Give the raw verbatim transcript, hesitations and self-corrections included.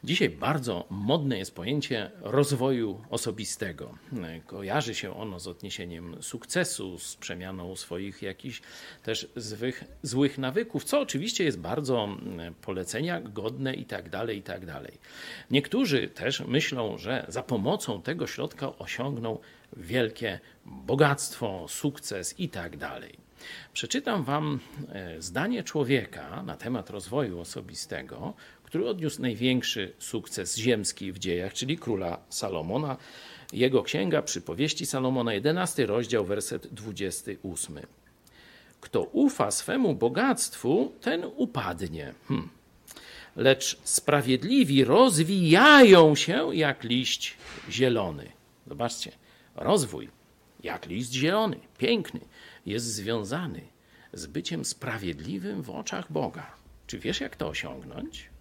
Dzisiaj bardzo modne jest pojęcie rozwoju osobistego. Kojarzy się ono z odniesieniem sukcesu, z przemianą swoich jakichś też złych, złych nawyków, co oczywiście jest bardzo polecenia godne i tak dalej, i tak dalej. Niektórzy też myślą, że za pomocą tego środka osiągną wielkie bogactwo, sukces i tak dalej. Przeczytam wam zdanie człowieka na temat rozwoju osobistego, który odniósł największy sukces ziemski w dziejach, czyli króla Salomona. Jego księga Przypowieści Salomona, jedenasty rozdział, werset dwudziesty ósmy. Kto ufa swemu bogactwu, ten upadnie. Hm. Lecz sprawiedliwi rozwijają się jak liść zielony. Zobaczcie, rozwój jak liść zielony, piękny, jest związany z byciem sprawiedliwym w oczach Boga. Czy wiesz, jak to osiągnąć?